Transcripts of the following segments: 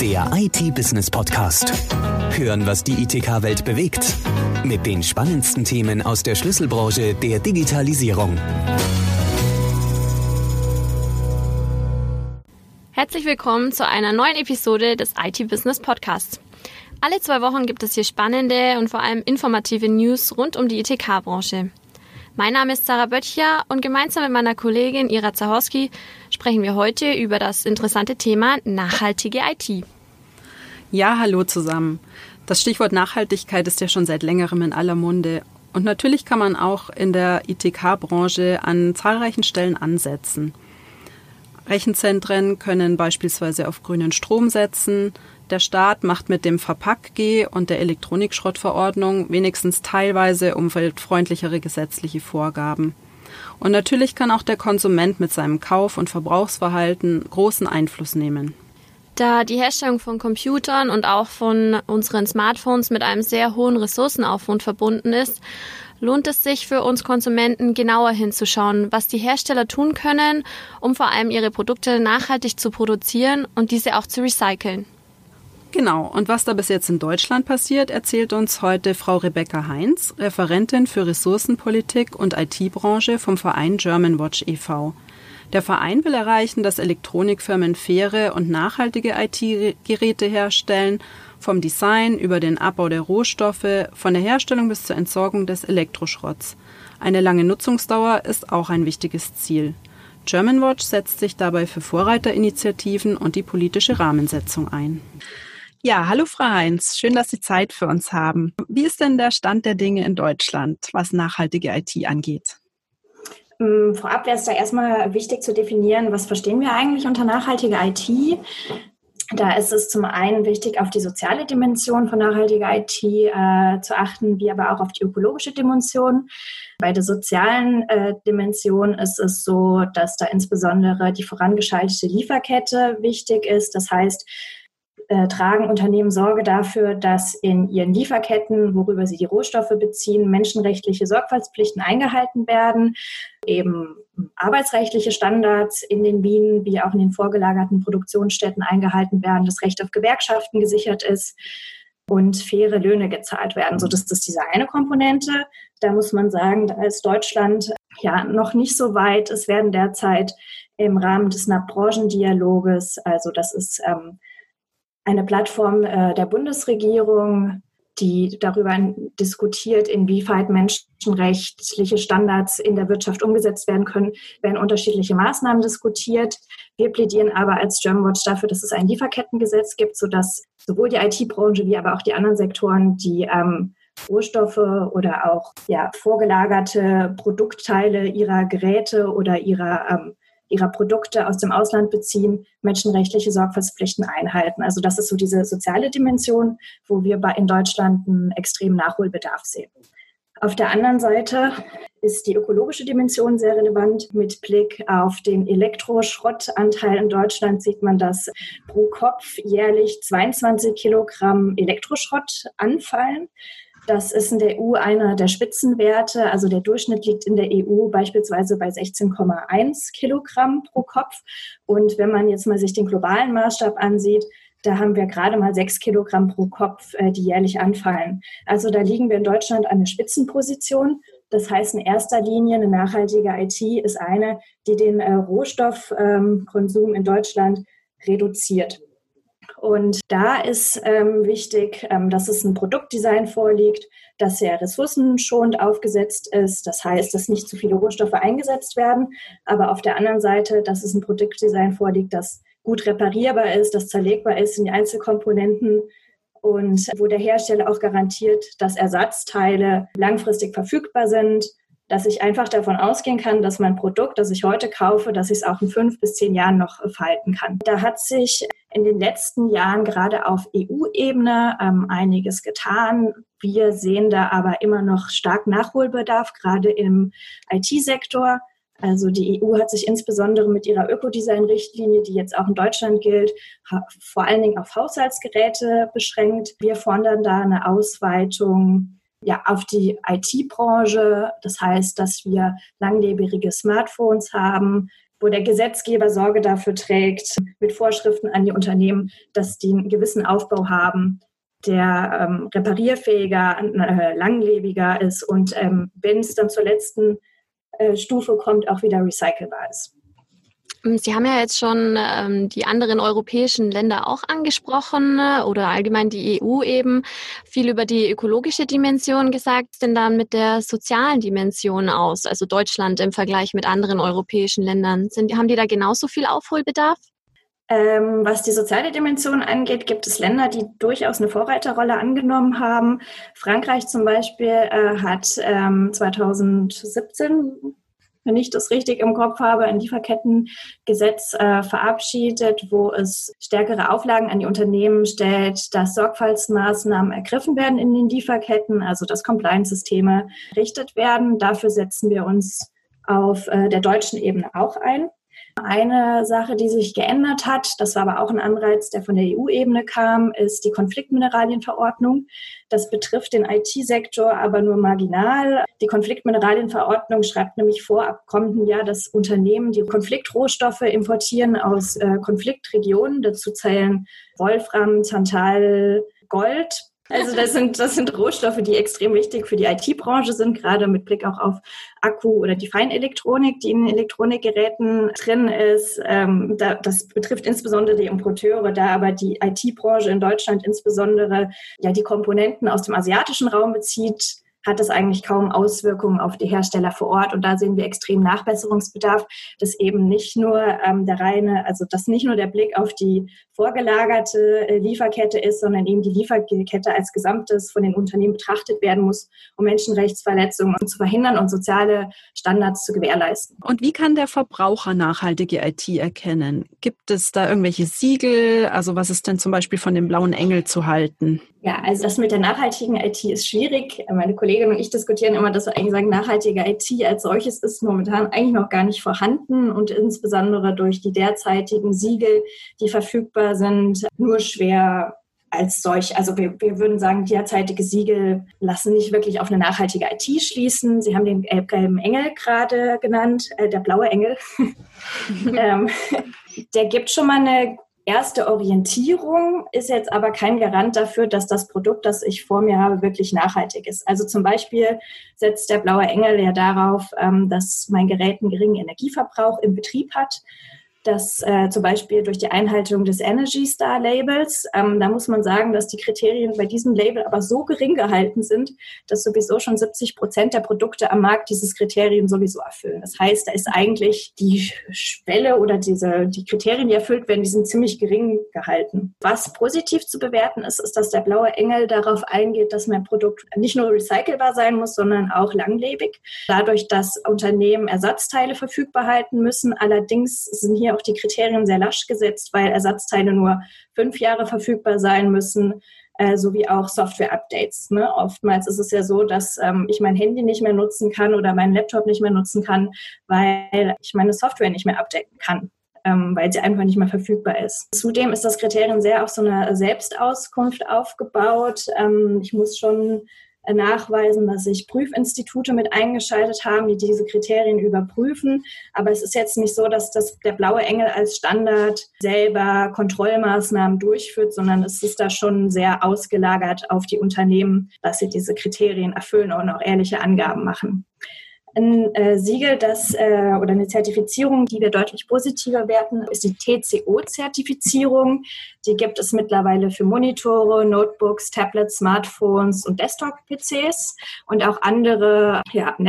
Der IT-Business-Podcast. Hören, was die ITK-Welt bewegt. Mit den spannendsten Themen aus der Schlüsselbranche der Digitalisierung. Herzlich willkommen zu einer neuen Episode des IT-Business-Podcasts. Alle 2 Wochen gibt es hier spannende und vor allem informative News rund um die ITK-Branche. Mein Name ist Sarah Böttcher und gemeinsam mit meiner Kollegin Ira Zahorski sprechen wir heute über das interessante Thema nachhaltige IT. Ja, hallo zusammen. Das Stichwort Nachhaltigkeit ist ja schon seit längerem in aller Munde. Und natürlich kann man auch in der ITK-Branche an zahlreichen Stellen ansetzen. Rechenzentren können beispielsweise auf grünen Strom setzen. Der Staat macht mit dem Verpack-G und der Elektronikschrottverordnung wenigstens teilweise umweltfreundlichere gesetzliche Vorgaben. Und natürlich kann auch der Konsument mit seinem Kauf- und Verbrauchsverhalten großen Einfluss nehmen. Da die Herstellung von Computern und auch von unseren Smartphones mit einem sehr hohen Ressourcenaufwand verbunden ist, lohnt es sich für uns Konsumenten genauer hinzuschauen, was die Hersteller tun können, um vor allem ihre Produkte nachhaltig zu produzieren und diese auch zu recyceln. Genau, und was da bis jetzt in Deutschland passiert, erzählt uns heute Frau Rebecca Heinz, Referentin für Ressourcenpolitik und IT-Branche vom Verein Germanwatch e.V. Der Verein will erreichen, dass Elektronikfirmen faire und nachhaltige IT-Geräte herstellen, vom Design über den Abbau der Rohstoffe, von der Herstellung bis zur Entsorgung des Elektroschrotts. Eine lange Nutzungsdauer ist auch ein wichtiges Ziel. Germanwatch setzt sich dabei für Vorreiterinitiativen und die politische Rahmensetzung ein. Ja, hallo Frau Heinz, schön, dass Sie Zeit für uns haben. Wie ist denn der Stand der Dinge in Deutschland, was nachhaltige IT angeht? Vorab wäre es da erstmal wichtig zu definieren, was verstehen wir eigentlich unter nachhaltiger IT? Da ist es zum einen wichtig, auf die soziale Dimension von nachhaltiger IT zu achten, wie aber auch auf die ökologische Dimension. Bei der sozialen Dimension ist es so, dass da insbesondere die vorangeschaltete Lieferkette wichtig ist. Das heißt, tragen Unternehmen Sorge dafür, dass in ihren Lieferketten, worüber sie die Rohstoffe beziehen, menschenrechtliche Sorgfaltspflichten eingehalten werden, eben arbeitsrechtliche Standards in den Minen wie auch in den vorgelagerten Produktionsstätten eingehalten werden, das Recht auf Gewerkschaften gesichert ist und faire Löhne gezahlt werden. So, das ist diese eine Komponente. Da muss man sagen, da ist Deutschland ja noch nicht so weit. Es werden derzeit im Rahmen des NAP-Branchendialoges, also das ist eine Plattform der Bundesregierung, die darüber diskutiert, inwieweit menschenrechtliche Standards in der Wirtschaft umgesetzt werden können, werden unterschiedliche Maßnahmen diskutiert. Wir plädieren aber als Germanwatch dafür, dass es ein Lieferkettengesetz gibt, sodass sowohl die IT-Branche wie aber auch die anderen Sektoren, die Rohstoffe oder auch vorgelagerte Produktteile ihrer Geräte oder ihrer Produkte aus dem Ausland beziehen, menschenrechtliche Sorgfaltspflichten einhalten. Also das ist so diese soziale Dimension, wo wir in Deutschland einen extremen Nachholbedarf sehen. Auf der anderen Seite ist die ökologische Dimension sehr relevant. Mit Blick auf den Elektroschrottanteil in Deutschland sieht man, dass pro Kopf jährlich 22 Kilogramm Elektroschrott anfallen. Das ist in der EU einer der Spitzenwerte. Also der Durchschnitt liegt in der EU beispielsweise bei 16,1 Kilogramm pro Kopf. Und wenn man jetzt mal sich den globalen Maßstab ansieht, da haben wir gerade mal 6 Kilogramm pro Kopf, die jährlich anfallen. Also da liegen wir in Deutschland an der Spitzenposition. Das heißt, in erster Linie eine nachhaltige IT ist eine, die den Rohstoffkonsum in Deutschland reduziert. Und da ist wichtig, dass es ein Produktdesign vorliegt, das sehr ressourcenschonend aufgesetzt ist. Das heißt, dass nicht zu viele Rohstoffe eingesetzt werden. Aber auf der anderen Seite, dass es ein Produktdesign vorliegt, das gut reparierbar ist, das zerlegbar ist in die Einzelkomponenten und wo der Hersteller auch garantiert, dass Ersatzteile langfristig verfügbar sind, dass ich einfach davon ausgehen kann, dass mein Produkt, das ich heute kaufe, dass ich es auch in 5 bis 10 Jahren noch verhalten kann. Da hat sich in den letzten Jahren gerade auf EU-Ebene einiges getan. Wir sehen da aber immer noch stark Nachholbedarf, gerade im IT-Sektor. Also die EU hat sich insbesondere mit ihrer Ökodesign-Richtlinie, die jetzt auch in Deutschland gilt, vor allen Dingen auf Haushaltsgeräte beschränkt. Wir fordern da eine Ausweitung auf die IT-Branche. Das heißt, dass wir langlebige Smartphones haben, wo der Gesetzgeber Sorge dafür trägt, mit Vorschriften an die Unternehmen, dass die einen gewissen Aufbau haben, der reparierfähiger, langlebiger ist und wenn es dann zur letzten Stufe kommt, auch wieder recycelbar ist. Sie haben ja jetzt schon die anderen europäischen Länder auch angesprochen oder allgemein die EU eben viel über die ökologische Dimension gesagt. Was denn dann mit der sozialen Dimension aus, also Deutschland im Vergleich mit anderen europäischen Ländern? Haben die da genauso viel Aufholbedarf? Was die soziale Dimension angeht, gibt es Länder, die durchaus eine Vorreiterrolle angenommen haben. Frankreich zum Beispiel hat 2017, wenn ich das richtig im Kopf habe, ein Lieferkettengesetz verabschiedet, wo es stärkere Auflagen an die Unternehmen stellt, dass Sorgfaltsmaßnahmen ergriffen werden in den Lieferketten, also dass Compliance-Systeme errichtet werden. Dafür setzen wir uns auf der deutschen Ebene auch ein. Eine Sache, die sich geändert hat, das war aber auch ein Anreiz, der von der EU-Ebene kam, ist die Konfliktmineralienverordnung. Das betrifft den IT-Sektor aber nur marginal. Die Konfliktmineralienverordnung schreibt nämlich vor, ab kommenden Jahr, dass Unternehmen, die Konfliktrohstoffe importieren aus Konfliktregionen, dazu zählen Wolfram, Tantal, Gold. Also das sind Rohstoffe, die extrem wichtig für die IT-Branche sind, gerade mit Blick auch auf Akku oder die Feinelektronik, die in Elektronikgeräten drin ist. Das betrifft insbesondere die Importeure, da aber die IT-Branche in Deutschland insbesondere die Komponenten aus dem asiatischen Raum bezieht, hat es eigentlich kaum Auswirkungen auf die Hersteller vor Ort. Und da sehen wir extrem Nachbesserungsbedarf, dass eben nicht nur dass nicht nur der Blick auf die vorgelagerte Lieferkette ist, sondern eben die Lieferkette als Gesamtes von den Unternehmen betrachtet werden muss, um Menschenrechtsverletzungen zu verhindern und soziale Standards zu gewährleisten. Und wie kann der Verbraucher nachhaltige IT erkennen? Gibt es da irgendwelche Siegel? Also was ist denn zum Beispiel von dem blauen Engel zu halten? Ja, also das mit der nachhaltigen IT ist schwierig. Meine Kollegin und ich diskutieren immer, dass wir eigentlich sagen, nachhaltige IT als solches ist momentan eigentlich noch gar nicht vorhanden und insbesondere durch die derzeitigen Siegel, die verfügbar sind, nur schwer als solch. Also wir würden sagen, derzeitige Siegel lassen nicht wirklich auf eine nachhaltige IT schließen. Sie haben den gelben Engel gerade genannt, der blaue Engel. Der gibt schon mal eine erste Orientierung, ist jetzt aber kein Garant dafür, dass das Produkt, das ich vor mir habe, wirklich nachhaltig ist. Also zum Beispiel setzt der blaue Engel ja darauf, dass mein Gerät einen geringen Energieverbrauch im Betrieb hat. Das zum Beispiel durch die Einhaltung des Energy Star Labels. Da muss man sagen, dass die Kriterien bei diesem Label aber so gering gehalten sind, dass sowieso schon 70% der Produkte am Markt dieses Kriterien sowieso erfüllen. Das heißt, da ist eigentlich die Schwelle oder die Kriterien, die erfüllt werden, die sind ziemlich gering gehalten. Was positiv zu bewerten ist, ist, dass der blaue Engel darauf eingeht, dass mein Produkt nicht nur recycelbar sein muss, sondern auch langlebig. Dadurch, dass Unternehmen Ersatzteile verfügbar halten müssen. Allerdings sind hier auch die Kriterien sehr lasch gesetzt, weil Ersatzteile nur 5 Jahre verfügbar sein müssen, sowie auch Software-Updates. Ne? Oftmals ist es ja so, dass ich mein Handy nicht mehr nutzen kann oder meinen Laptop nicht mehr nutzen kann, weil ich meine Software nicht mehr updaten kann, weil sie einfach nicht mehr verfügbar ist. Zudem ist das Kriterium sehr auf so eine Selbstauskunft aufgebaut. Ich muss schon nachweisen, dass sich Prüfinstitute mit eingeschaltet haben, die diese Kriterien überprüfen. Aber es ist jetzt nicht so, dass der blaue Engel als Standard selber Kontrollmaßnahmen durchführt, sondern es ist da schon sehr ausgelagert auf die Unternehmen, dass sie diese Kriterien erfüllen und auch ehrliche Angaben machen. Ein Siegel, oder eine Zertifizierung, die wir deutlich positiver werten, ist die TCO-Zertifizierung. Die gibt es mittlerweile für Monitore, Notebooks, Tablets, Smartphones und Desktop-PCs und auch andere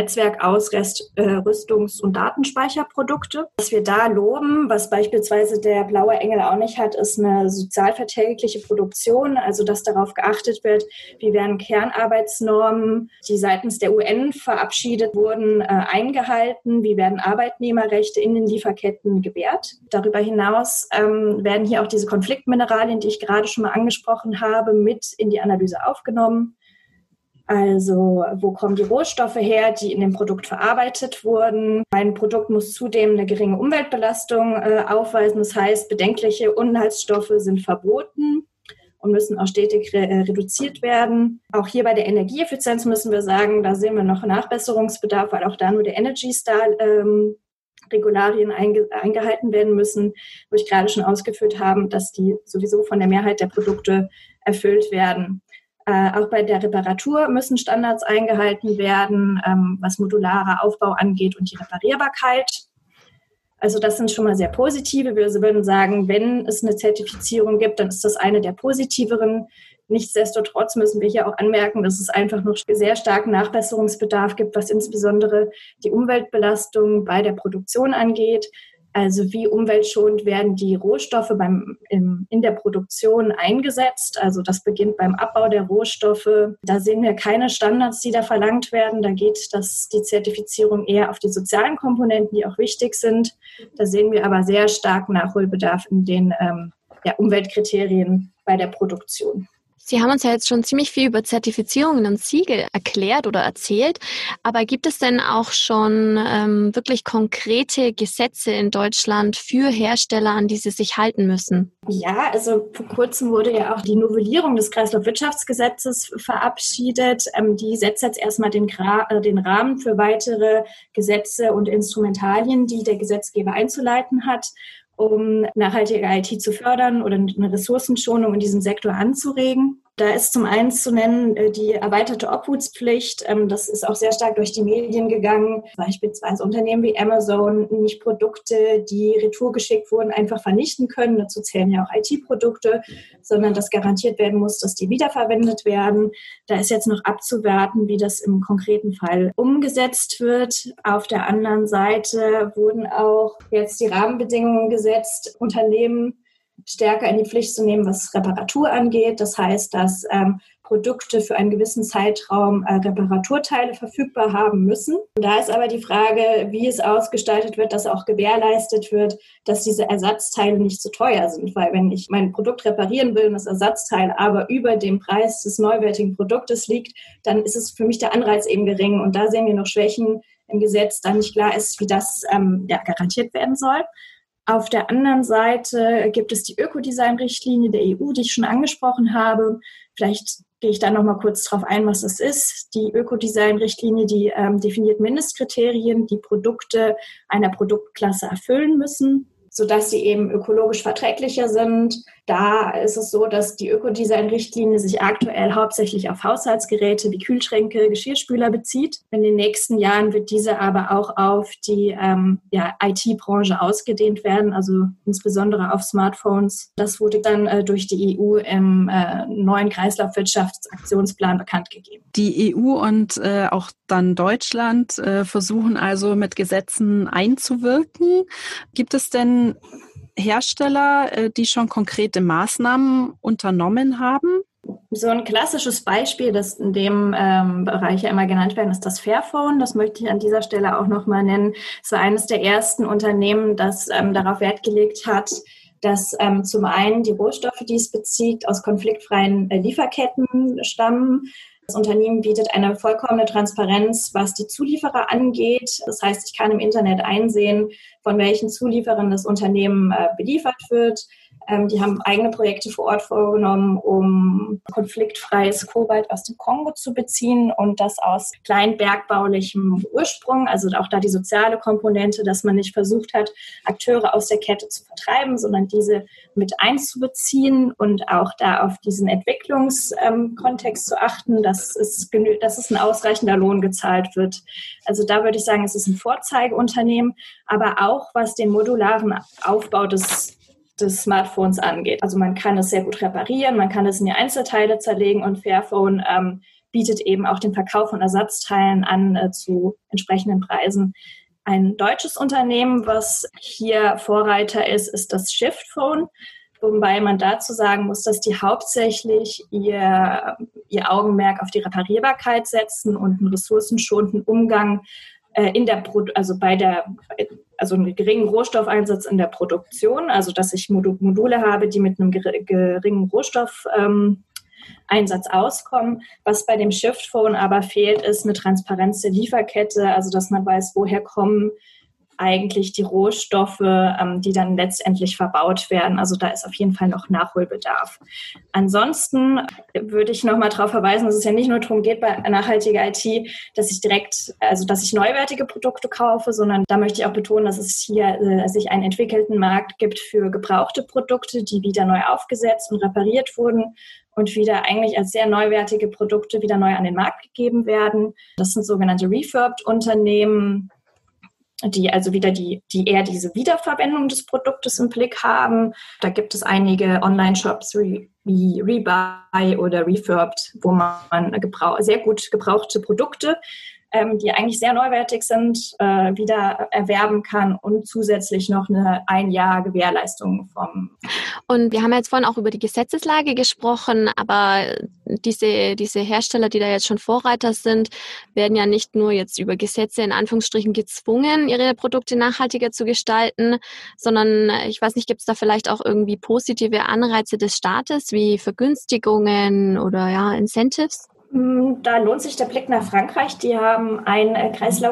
Netzwerkausrüstungs- und Datenspeicherprodukte. Was wir da loben, was beispielsweise der blaue Engel auch nicht hat, ist eine sozialverträgliche Produktion, also dass darauf geachtet wird, wie werden Kernarbeitsnormen, die seitens der UN verabschiedet wurden, eingehalten, wie werden Arbeitnehmerrechte in den Lieferketten gewährt. Darüber hinaus werden hier auch diese Konfliktmineralien, die ich gerade schon mal angesprochen habe, mit in die Analyse aufgenommen. Also wo kommen die Rohstoffe her, die in dem Produkt verarbeitet wurden. Mein Produkt muss zudem eine geringe Umweltbelastung aufweisen. Das heißt, bedenkliche Inhaltsstoffe sind verboten und müssen auch stetig reduziert werden. Auch hier bei der Energieeffizienz müssen wir sagen, da sehen wir noch Nachbesserungsbedarf, weil auch da nur der Energy Star Regularien eingehalten werden müssen, wo ich gerade schon ausgeführt habe, dass die sowieso von der Mehrheit der Produkte erfüllt werden. Auch bei der Reparatur müssen Standards eingehalten werden, was modularer Aufbau angeht und die Reparierbarkeit. Also das sind schon mal sehr positive. Wir würden sagen, wenn es eine Zertifizierung gibt, dann ist das eine der positiveren. Nichtsdestotrotz müssen wir hier auch anmerken, dass es einfach noch sehr starken Nachbesserungsbedarf gibt, was insbesondere die Umweltbelastung bei der Produktion angeht. Also wie umweltschonend werden die Rohstoffe in der Produktion eingesetzt. Also das beginnt beim Abbau der Rohstoffe. Da sehen wir keine Standards, die da verlangt werden. Da geht die Zertifizierung eher auf die sozialen Komponenten, die auch wichtig sind. Da sehen wir aber sehr starken Nachholbedarf in den Umweltkriterien bei der Produktion. Sie haben uns ja jetzt schon ziemlich viel über Zertifizierungen und Siegel erklärt oder erzählt, aber gibt es denn auch schon wirklich konkrete Gesetze in Deutschland für Hersteller, an die sie sich halten müssen? Ja, also vor kurzem wurde ja auch die Novellierung des Kreislaufwirtschaftsgesetzes verabschiedet. Die setzt jetzt erstmal den Rahmen für weitere Gesetze und Instrumentalien, die der Gesetzgeber einzuleiten hat, um nachhaltige IT zu fördern oder eine Ressourcenschonung in diesem Sektor anzuregen. Da ist zum einen zu nennen die erweiterte Obhutspflicht. Das ist auch sehr stark durch die Medien gegangen. Beispielsweise Unternehmen wie Amazon nicht Produkte, die retourgeschickt wurden, einfach vernichten können. Dazu zählen ja auch IT-Produkte, sondern dass garantiert werden muss, dass die wiederverwendet werden. Da ist jetzt noch abzuwarten, wie das im konkreten Fall umgesetzt wird. Auf der anderen Seite wurden auch jetzt die Rahmenbedingungen gesetzt, Unternehmen stärker in die Pflicht zu nehmen, was Reparatur angeht. Das heißt, dass Produkte für einen gewissen Zeitraum Reparaturteile verfügbar haben müssen. Da ist aber die Frage, wie es ausgestaltet wird, dass auch gewährleistet wird, dass diese Ersatzteile nicht zu teuer sind. Weil wenn ich mein Produkt reparieren will und das Ersatzteil aber über dem Preis des neuwertigen Produktes liegt, dann ist es für mich der Anreiz eben gering. Und da sehen wir noch Schwächen im Gesetz, da nicht klar ist, wie das garantiert werden soll. Auf der anderen Seite gibt es die Ökodesign-Richtlinie der EU, die ich schon angesprochen habe. Vielleicht gehe ich da noch mal kurz drauf ein, was das ist. Die Ökodesign-Richtlinie, die definiert Mindestkriterien, die Produkte einer Produktklasse erfüllen müssen, sodass sie eben ökologisch verträglicher sind. Da ist es so, dass die Ökodesign-Richtlinie sich aktuell hauptsächlich auf Haushaltsgeräte wie Kühlschränke, Geschirrspüler bezieht. In den nächsten Jahren wird diese aber auch auf die IT-Branche ausgedehnt werden, also insbesondere auf Smartphones. Das wurde dann durch die EU im neuen Kreislaufwirtschaftsaktionsplan bekannt gegeben. Die EU und auch dann Deutschland versuchen also mit Gesetzen einzuwirken. Gibt es denn Hersteller, die schon konkrete Maßnahmen unternommen haben? So ein klassisches Beispiel, das in dem Bereich ja immer genannt werden, ist das Fairphone. Das möchte ich an dieser Stelle auch nochmal nennen. Es war eines der ersten Unternehmen, das darauf Wert gelegt hat, dass zum einen die Rohstoffe, die es bezieht, aus konfliktfreien Lieferketten stammen. Das Unternehmen bietet eine vollkommene Transparenz, was die Zulieferer angeht. Das heißt, ich kann im Internet einsehen, von welchen Zulieferern das Unternehmen beliefert wird. Die haben eigene Projekte vor Ort vorgenommen, um konfliktfreies Kobalt aus dem Kongo zu beziehen und das aus kleinbergbaulichem Ursprung. Also auch da die soziale Komponente, dass man nicht versucht hat, Akteure aus der Kette zu vertreiben, sondern diese mit einzubeziehen und auch da auf diesen Entwicklungskontext zu achten, dass es ein ausreichender Lohn gezahlt wird. Also da würde ich sagen, es ist ein Vorzeigeunternehmen, aber auch was den modularen Aufbau des Smartphones angeht. Also man kann es sehr gut reparieren, man kann es in die Einzelteile zerlegen und Fairphone bietet eben auch den Verkauf von Ersatzteilen an zu entsprechenden Preisen. Ein deutsches Unternehmen, was hier Vorreiter ist das Shiftphone, wobei man dazu sagen muss, dass die hauptsächlich ihr Augenmerk auf die Reparierbarkeit setzen und einen ressourcenschonenden Umgang einen geringen Rohstoffeinsatz in der Produktion, also dass ich Module habe, die mit einem geringen Rohstoffeinsatz auskommen. Was bei dem Shiftphone aber fehlt, ist eine Transparenz der Lieferkette, also dass man weiß, woher kommen eigentlich die Rohstoffe, die dann letztendlich verbaut werden. Also da ist auf jeden Fall noch Nachholbedarf. Ansonsten würde ich nochmal darauf verweisen, dass es ja nicht nur darum geht bei nachhaltiger IT, dass ich neuwertige Produkte kaufe, sondern da möchte ich auch betonen, dass es hier sich einen entwickelten Markt gibt für gebrauchte Produkte, die wieder neu aufgesetzt und repariert wurden und wieder eigentlich als sehr neuwertige Produkte wieder neu an den Markt gegeben werden. Das sind sogenannte Refurbed-Unternehmen, die also wieder die eher diese Wiederverwendung des Produktes im Blick haben. Da gibt es einige Online-Shops wie Rebuy oder Refurbed, wo man sehr gut gebrauchte Produkte, die eigentlich sehr neuwertig sind, wieder erwerben kann und zusätzlich noch ein Jahr Gewährleistung vom. Und wir haben ja jetzt vorhin auch über die Gesetzeslage gesprochen, aber diese Hersteller, die da jetzt schon Vorreiter sind, werden ja nicht nur jetzt über Gesetze in Anführungsstrichen gezwungen, ihre Produkte nachhaltiger zu gestalten, sondern ich weiß nicht, gibt es da vielleicht auch irgendwie positive Anreize des Staates wie Vergünstigungen oder Incentives? Da lohnt sich der Blick nach Frankreich. Die haben einen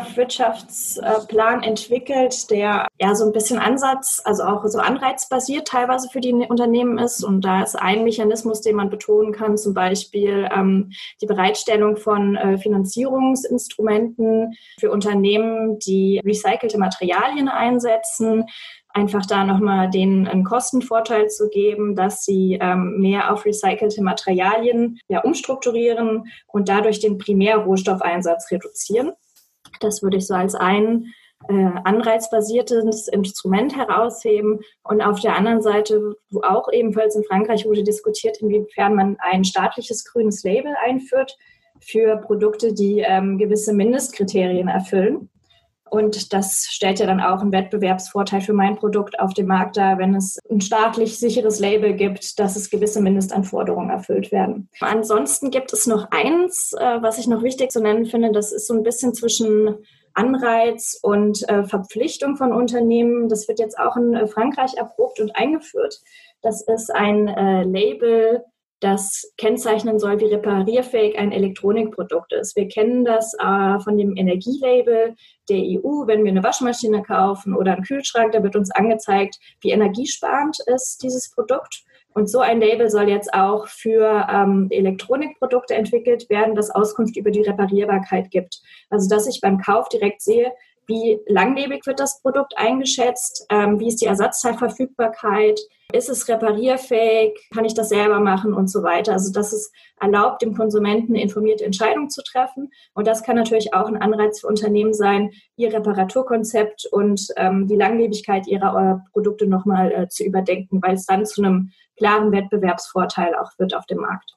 Kreislaufwirtschaftsplan entwickelt, der ja so ein bisschen also auch so anreizbasiert teilweise für die Unternehmen ist. Und da ist ein Mechanismus, den man betonen kann, zum Beispiel die Bereitstellung von Finanzierungsinstrumenten für Unternehmen, die recycelte Materialien einsetzen. Einfach da nochmal denen einen Kostenvorteil zu geben, dass sie mehr auf recycelte Materialien umstrukturieren und dadurch den Primärrohstoffeinsatz reduzieren. Das würde ich so als ein anreizbasiertes Instrument herausheben. Und auf der anderen Seite, wo auch ebenfalls in Frankreich wurde diskutiert, inwiefern man ein staatliches grünes Label einführt für Produkte, die gewisse Mindestkriterien erfüllen. Und das stellt ja dann auch einen Wettbewerbsvorteil für mein Produkt auf dem Markt dar, wenn es ein staatlich sicheres Label gibt, dass es gewisse Mindestanforderungen erfüllt werden. Ansonsten gibt es noch eins, was ich noch wichtig zu nennen finde, das ist so ein bisschen zwischen Anreiz und Verpflichtung von Unternehmen. Das wird jetzt auch in Frankreich erprobt und eingeführt. Das ist ein Label, das kennzeichnen soll, wie reparierfähig ein Elektronikprodukt ist. Wir kennen das von dem Energielabel der EU, wenn wir eine Waschmaschine kaufen oder einen Kühlschrank, da wird uns angezeigt, wie energiesparend ist dieses Produkt. Und so ein Label soll jetzt auch für Elektronikprodukte entwickelt werden, das Auskunft über die Reparierbarkeit gibt. Also dass ich beim Kauf direkt sehe, wie langlebig wird das Produkt eingeschätzt, wie ist die Ersatzteilverfügbarkeit, ist es reparierfähig, kann ich das selber machen und so weiter. Also dass es erlaubt, dem Konsumenten eine informierte Entscheidung zu treffen. Und das kann natürlich auch ein Anreiz für Unternehmen sein, ihr Reparaturkonzept und die Langlebigkeit ihrer Produkte nochmal zu überdenken, weil es dann zu einem klaren Wettbewerbsvorteil auch wird auf dem Markt.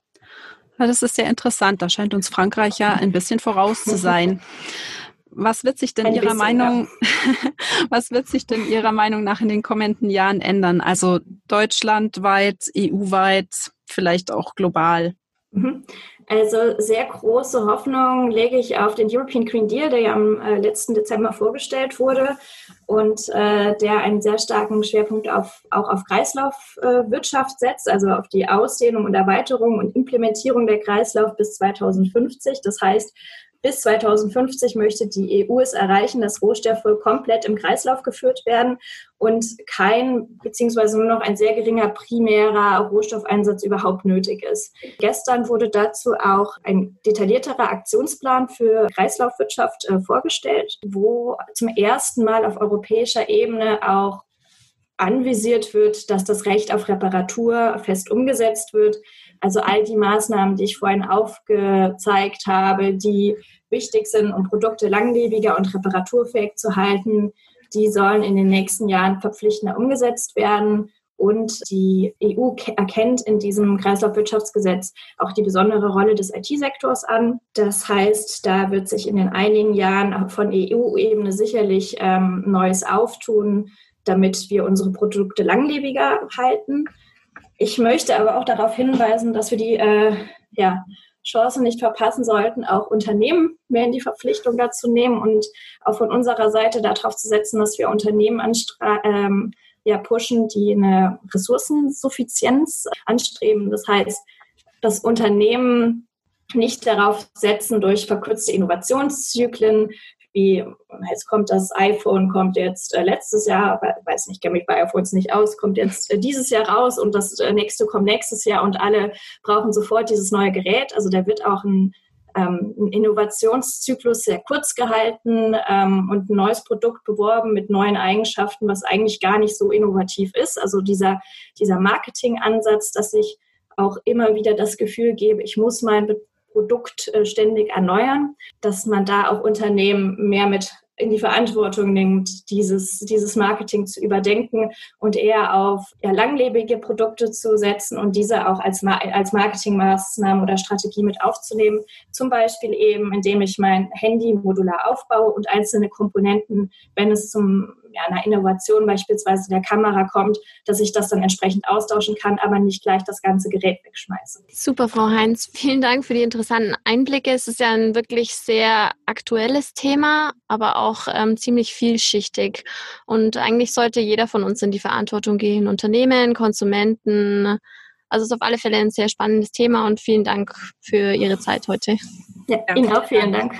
Ja, das ist sehr interessant. Da scheint uns Frankreich ja ein bisschen voraus zu sein. Was wird sich denn Ihrer Meinung nach in den kommenden Jahren ändern? Also deutschlandweit, EU-weit, vielleicht auch global? Also sehr große Hoffnung lege ich auf den European Green Deal, der ja am letzten Dezember vorgestellt wurde und der einen sehr starken Schwerpunkt auch auf Kreislaufwirtschaft setzt, also auf die Ausdehnung und Erweiterung und Implementierung der Kreislauf bis 2050. Das heißt, bis 2050 möchte die EU es erreichen, dass Rohstoffe komplett im Kreislauf geführt werden und beziehungsweise nur noch ein sehr geringer primärer Rohstoffeinsatz überhaupt nötig ist. Gestern wurde dazu auch ein detaillierterer Aktionsplan für Kreislaufwirtschaft vorgestellt, wo zum ersten Mal auf europäischer Ebene auch anvisiert wird, dass das Recht auf Reparatur fest umgesetzt wird. Also all die Maßnahmen, die ich vorhin aufgezeigt habe, die wichtig sind, um Produkte langlebiger und reparaturfähig zu halten, die sollen in den nächsten Jahren verpflichtender umgesetzt werden. Und die EU erkennt in diesem Kreislaufwirtschaftsgesetz auch die besondere Rolle des IT-Sektors an. Das heißt, da wird sich in den einigen Jahren von EU-Ebene sicherlich Neues auftun, damit wir unsere Produkte langlebiger halten. Ich möchte aber auch darauf hinweisen, dass wir die Chance nicht verpassen sollten, auch Unternehmen mehr in die Verpflichtung dazu nehmen und auch von unserer Seite darauf zu setzen, dass wir Unternehmen pushen, die eine Ressourcensuffizienz anstreben. Das heißt, dass Unternehmen nicht darauf setzen, durch verkürzte Innovationszyklen wie jetzt kommt das iPhone, kommt jetzt letztes Jahr, weiß nicht, kenne mich bei iPhones nicht aus, kommt jetzt dieses Jahr raus und das nächste kommt nächstes Jahr und alle brauchen sofort dieses neue Gerät. Also da wird auch ein Innovationszyklus sehr kurz gehalten und ein neues Produkt beworben mit neuen Eigenschaften, was eigentlich gar nicht so innovativ ist. Also dieser Marketingansatz, dass ich auch immer wieder das Gefühl gebe, ich muss mein Produkt ständig erneuern, dass man da auch Unternehmen mehr mit in die Verantwortung nimmt, dieses Marketing zu überdenken und eher auf langlebige Produkte zu setzen und diese auch als Marketingmaßnahmen oder Strategie mit aufzunehmen. Zum Beispiel eben, indem ich mein Handy modular aufbaue und einzelne Komponenten, wenn es zum einer Innovation beispielsweise der Kamera kommt, dass ich das dann entsprechend austauschen kann, aber nicht gleich das ganze Gerät wegschmeiße. Super, Frau Heinz. Vielen Dank für die interessanten Einblicke. Es ist ja ein wirklich sehr aktuelles Thema, aber auch ziemlich vielschichtig. Und eigentlich sollte jeder von uns in die Verantwortung gehen. Unternehmen, Konsumenten. Also es ist auf alle Fälle ein sehr spannendes Thema und vielen Dank für Ihre Zeit heute. Ja, Ihnen auch vielen Dank.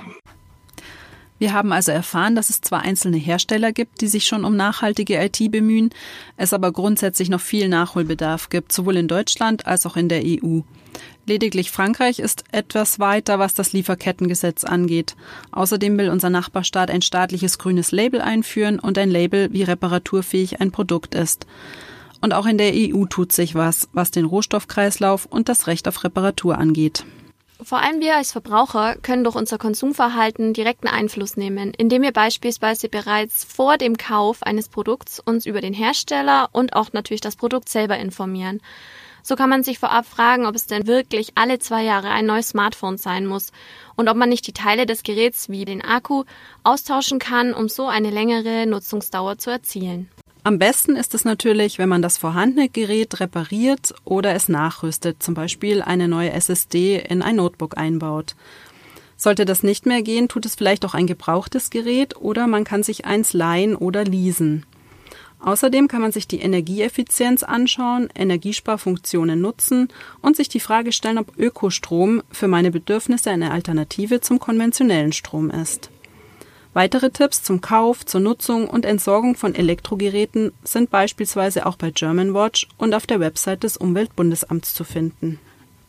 Wir haben also erfahren, dass es zwar einzelne Hersteller gibt, die sich schon um nachhaltige IT bemühen, es aber grundsätzlich noch viel Nachholbedarf gibt, sowohl in Deutschland als auch in der EU. Lediglich Frankreich ist etwas weiter, was das Lieferkettengesetz angeht. Außerdem will unser Nachbarstaat ein staatliches grünes Label einführen und ein Label, wie reparaturfähig ein Produkt ist. Und auch in der EU tut sich was den Rohstoffkreislauf und das Recht auf Reparatur angeht. Vor allem wir als Verbraucher können durch unser Konsumverhalten direkten Einfluss nehmen, indem wir beispielsweise bereits vor dem Kauf eines Produkts uns über den Hersteller und auch natürlich das Produkt selber informieren. So kann man sich vorab fragen, ob es denn wirklich alle 2 Jahre ein neues Smartphone sein muss und ob man nicht die Teile des Geräts wie den Akku austauschen kann, um so eine längere Nutzungsdauer zu erzielen. Am besten ist es natürlich, wenn man das vorhandene Gerät repariert oder es nachrüstet, zum Beispiel eine neue SSD in ein Notebook einbaut. Sollte das nicht mehr gehen, tut es vielleicht auch ein gebrauchtes Gerät oder man kann sich eins leihen oder leasen. Außerdem kann man sich die Energieeffizienz anschauen, Energiesparfunktionen nutzen und sich die Frage stellen, ob Ökostrom für meine Bedürfnisse eine Alternative zum konventionellen Strom ist. Weitere Tipps zum Kauf, zur Nutzung und Entsorgung von Elektrogeräten sind beispielsweise auch bei Germanwatch und auf der Website des Umweltbundesamts zu finden.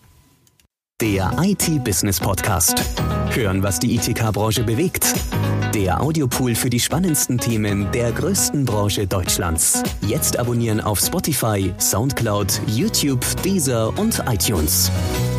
Der IT-Business-Podcast. Hören, was die ITK-Branche bewegt. Der Audiopool für die spannendsten Themen der größten Branche Deutschlands. Jetzt abonnieren auf Spotify, Soundcloud, YouTube, Deezer und iTunes.